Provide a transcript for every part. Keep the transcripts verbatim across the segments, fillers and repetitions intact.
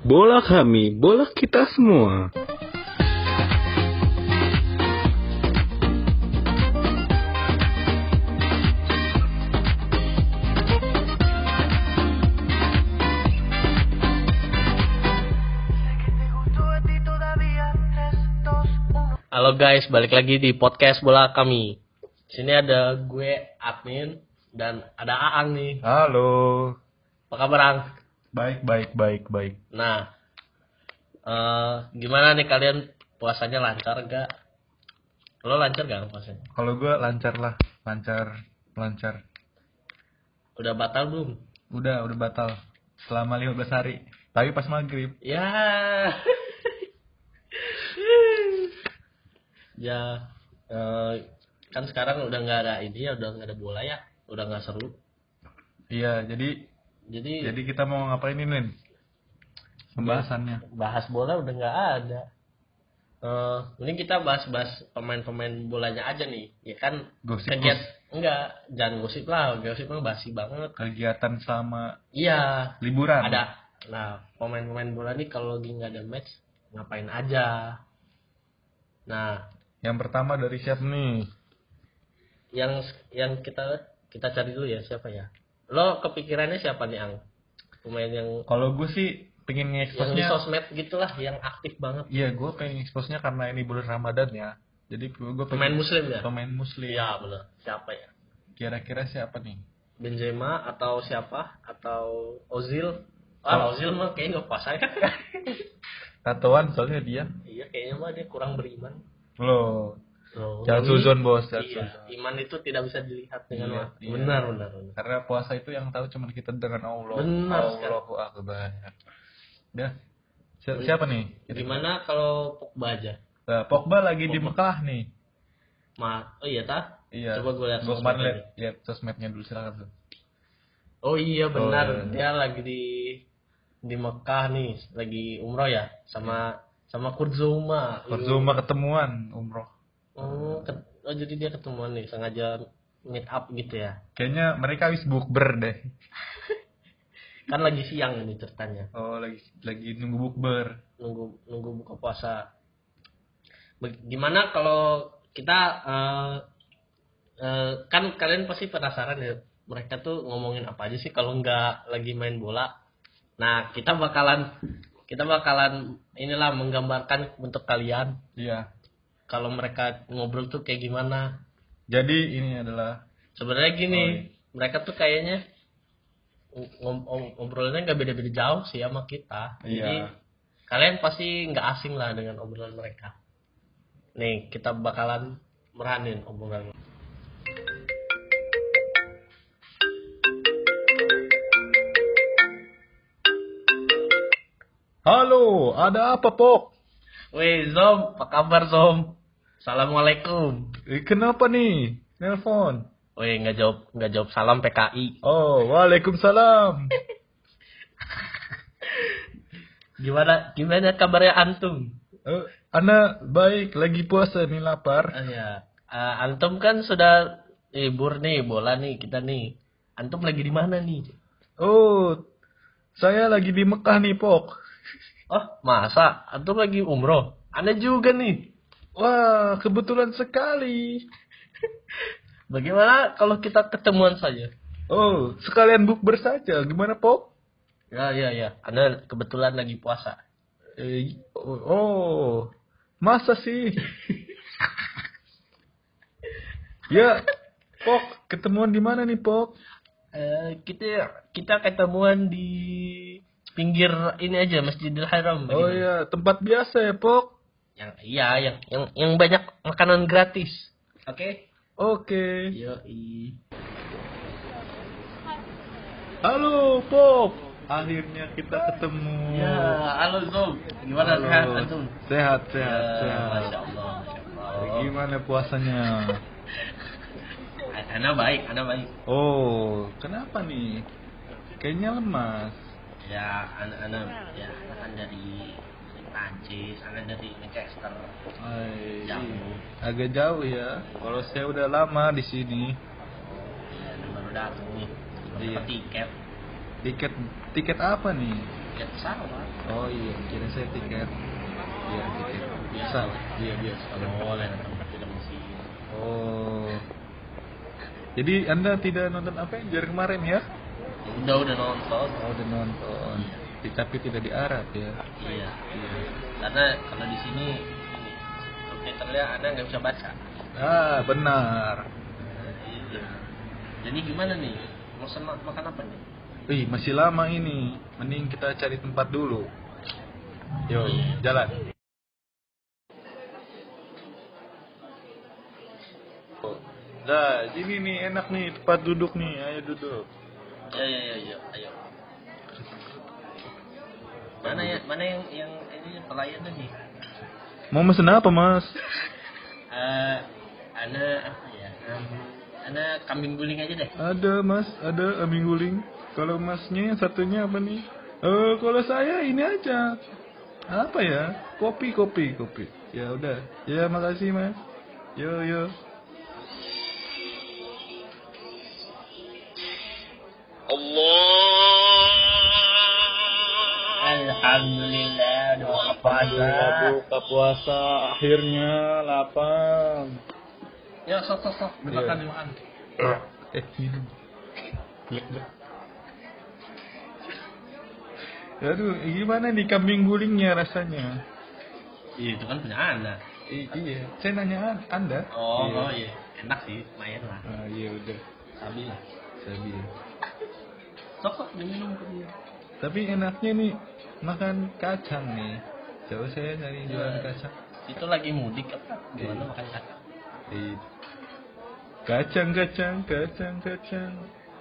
Bola kami, bola kita semua. Halo guys, balik lagi di podcast bola kami. Sini ada gue admin dan ada Aang nih. Halo. Apa kabar Ang? Baik, baik, baik, baik. Nah, uh, gimana nih kalian puasanya lancar gak? Lo lancar gak puasanya? Kalau gue lancar lah, lancar, lancar. Udah batal belum? Udah, udah batal. Selama lima belas hari. Tapi pas maghrib. Ya. ya, uh, kan sekarang udah nggak ada ini ya, udah nggak ada bola ya, udah nggak seru. Iya, jadi, jadi, jadi kita mau ngapain ini, Nin? Pembahasannya. Bahas bola udah nggak ada. Uh, mending kita bahas-bahas pemain-pemain bolanya aja nih, ya kan? Gosip. Kegiatan enggak, jangan gosip lah, gosip mah basi banget. Kegiatan sama. Iya. Liburan. Ada. Nah, pemain-pemain bola nih kalau lagi nggak ada match ngapain aja? Nah, yang pertama dari siapa nih? Yang yang kita kita cari dulu ya, siapa ya? Lo kepikirannya siapa nih, Ang? Pemain yang kalau gue sih pengen nge-expose-nya yang di sosmed gitulah, yang aktif banget. Iya, gue pengen expose-nya karena ini bulan Ramadan ya. Jadi gue pemain muslim ya? Pemain muslim. Iya, benar. Siapa ya? Kira-kira siapa nih? Benzema atau siapa? Atau Ozil? Ah, oh. Ozil mah kayaknya nggak puasa ya. Tatoan soalnya dia. Iya, kayaknya mah dia kurang beriman. Loh. Loh, jangan suzon bos. Jangan iya, suzon. Iman itu tidak bisa dilihat dengan iya, mata. Iya. Benar, benar, benar. Karena puasa itu yang tahu cuma kita dengan Allah. Benar. Allahu Akbar. Dah. Si- siapa nih? Gimana kalau Pogba aja? Nah, Pogba lagi Pogba. Di Mekah nih. Ma, oh iya tah? Iya. Coba gue lihat. Gue kemarin lihat, lihat sosmednya dulu, silakan tuh. Oh iya benar, oh, iya. Dia lagi di di Mekah nih, lagi umroh ya, sama iya. sama Kurzuma. Kurzuma ketemuan umroh. Oh, ke, oh, jadi dia ketemuan nih, sengaja meet up gitu ya? Kayaknya mereka habis bukber deh. Kan lagi siang ini ceritanya. Oh, lagi lagi nunggu bukber. Nunggu nunggu buka puasa. Gimana kalau kita uh, uh, kan kalian pasti penasaran ya, mereka tuh ngomongin apa aja sih kalau nggak lagi main bola. Nah, kita bakalan kita bakalan inilah menggambarkan untuk kalian. Iya. Kalau mereka ngobrol tuh kayak gimana. Jadi ini adalah sebenarnya gini, oh, iya. Mereka tuh kayaknya ngobrolnya nggak beda-beda jauh sih sama kita. Iya. Jadi kalian pasti nggak asing lah dengan obrolan mereka. Nih, kita bakalan meranin obrolan. Halo, ada apa, Pok? Weh, Zom, apa kabar, Zom? Assalamualaikum. Eh, kenapa nih? Nelpon. Weh, nggak jawab, nggak jawab salam P K I. Oh, waalaikumsalam. gimana, gimana kabarnya antum? Uh, Ana baik, lagi puasa nih, lapar. Uh, ya. Uh, antum kan sudah libur nih, bola nih kita nih. Antum lagi di mana nih? Oh, saya lagi di Mekah nih, Pok. Oh, masa? Antum lagi umroh? Anda juga nih. Wah, kebetulan sekali. Bagaimana kalau kita ketemuan saja? Oh, sekalian bukber saja. Gimana, Pok? Ya, ya, ya. Anda kebetulan lagi puasa. Eh, oh, masa sih? Ya, Pok, ketemuan di mana nih, Pok? Eh, kita kita ketemuan di pinggir ini aja, Masjidil Haram. Oh gitu. iya, tempat biasa ya, Pok? Yang iya, yang yang yang banyak makanan gratis. Oke? Okay? Oke. Okay. Yoi. Halo, Pok. Akhirnya kita ketemu. Ya, halo Zom. Gimana halo. Sehat antum? Sehat, sehat, ya, sehat. Masya Allah, Masya Allah. Gimana puasanya? Ana baik, ana baik. Oh, kenapa nih? Kayaknya lemas. Ya, ana ana ya, ana kan dari Prancis, ana dari Manchester. Ay, jauh. Agak jauh ya. Kalau saya udah lama di sini. Ya, baru datang nih. Belum iya. tiket. Tiket tiket apa nih? tiket pesawat. Oh iya, kira saya tiket. Iya, tiket. Biasa. Iya, biasa. Kalau boleh nonton film di sini. Oh. Jadi Anda tidak nonton Avenger kemarin ya? Udah udah nonton. Oh, udah nonton. Tapi tidak di Arab ya. Iya. Iya. Karena kalau di sini ini subtitlenya Anda nggak bisa baca. Ah, benar. Iya. Jadi gimana nih? Mau senang makan apa nih? Wih, masih lama ini. Mending kita cari tempat dulu. Yo, jalan. Nah, sini nih enak nih tempat duduk nih. Ayo duduk. Ya ya ya ya, ayo. Mana ya? Mana yang yang ini pelayan tadi? Mau mesen apa, Mas? Eh, ana apa ya? Um, ana kambing guling aja deh. Ada, Mas. Ada kambing guling. Kalau Masnya yang satunya apa nih? Eh, kalau saya ini aja. Apa ya? Kopi, kopi, kopi. Ya udah. Ya, makasih, Mas. Yo, yo. Alhamdulillah, doa puasa. buka puasa akhirnya lapang. Ya, sok sok sok, dimakan Iya. dimakan. Eh, minum. Aduh, gimana nih kambing gulingnya rasanya? Iya, itu kan punya anak. I- iya, saya nanya an- Anda. Oh, Iya. oh iya, enak sih, lumayan lah. Ah, iya udah. Sabi lah. Sabi. Sok sok diminum ke dia. Tapi enaknya nih makan kacang nih. Coba saya cari jualan Iya. kacang. Itu lagi mudik apa? Gimana Iya. makan kacang? Eh, Kacang, kacang, kacang, kacang.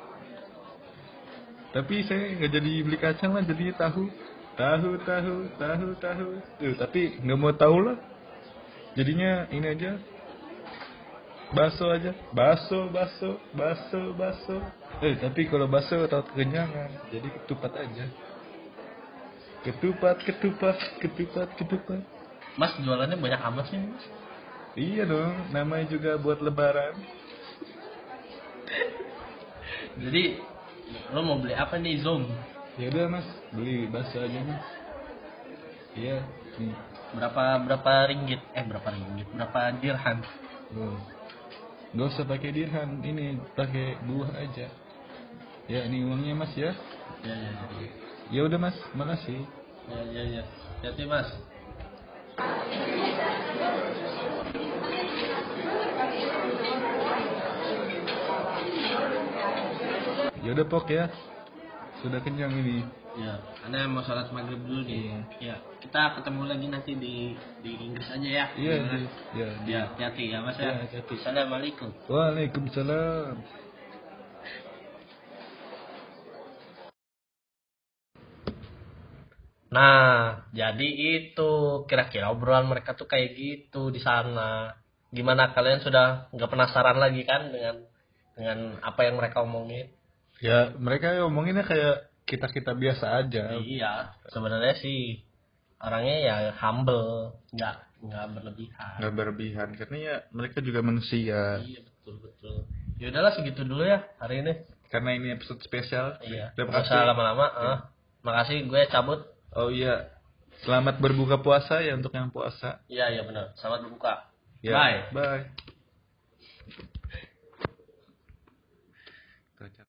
Tapi saya nggak jadi beli kacang lah, jadinya tahu. Tahu, tahu, tahu, tahu. Tuh, tapi nggak mau tahu lah. Jadinya ini aja. Baso aja. Baso, baso, baso, baso. Eh, tapi kalau baso tahu kekenyangan. Jadi ketupat aja. Ketupat, ketupat, ketupat, ketupat. Mas jualannya banyak amat sih, Mas. Iya dong, namanya juga buat lebaran. Jadi lo mau beli apa nih, Zoom? Ya udah Mas, beli bakso aja Mas. Iya, nih. Berapa berapa ringgit? Eh berapa ringgit? Berapa dirham? Oh. Gak usah pakai dirham, ini pakai buah aja. Ya, ini uangnya Mas ya. Ya ya ya. Ya udah Mas, makasih. Ya ya ya. Jadi Mas. Ya udah Pok ya. Sudah kenyang ini. Ya, Anda mau sholat maghrib dulu nih. Iya. Ya, kita ketemu lagi nanti di di Inggris aja ya. Iya, Gimana? di, ya, di. Ya, hati-hati ya Mas Ya, ya. hati-hati. Assalamualaikum. Waalaikumsalam. Nah, jadi itu kira-kira obrolan mereka tuh kayak gitu di sana. Gimana kalian sudah nggak penasaran lagi kan dengan dengan apa yang mereka omongin? Ya, mereka ngomonginnya kayak kita-kita biasa aja. Iya, sebenarnya sih orangnya ya humble, nggak nggak berlebihan. Nggak berlebihan, karena ya mereka juga manusia. Iya betul betul. Ya udahlah segitu dulu ya hari ini. Karena ini episode spesial. Iya. Terima Nggak kasih. usah lama-lama. Ah. Makasih gue cabut. Oh iya, selamat berbuka puasa ya untuk yang puasa. Iya iya benar. Selamat berbuka. Ya, Bye. Bye.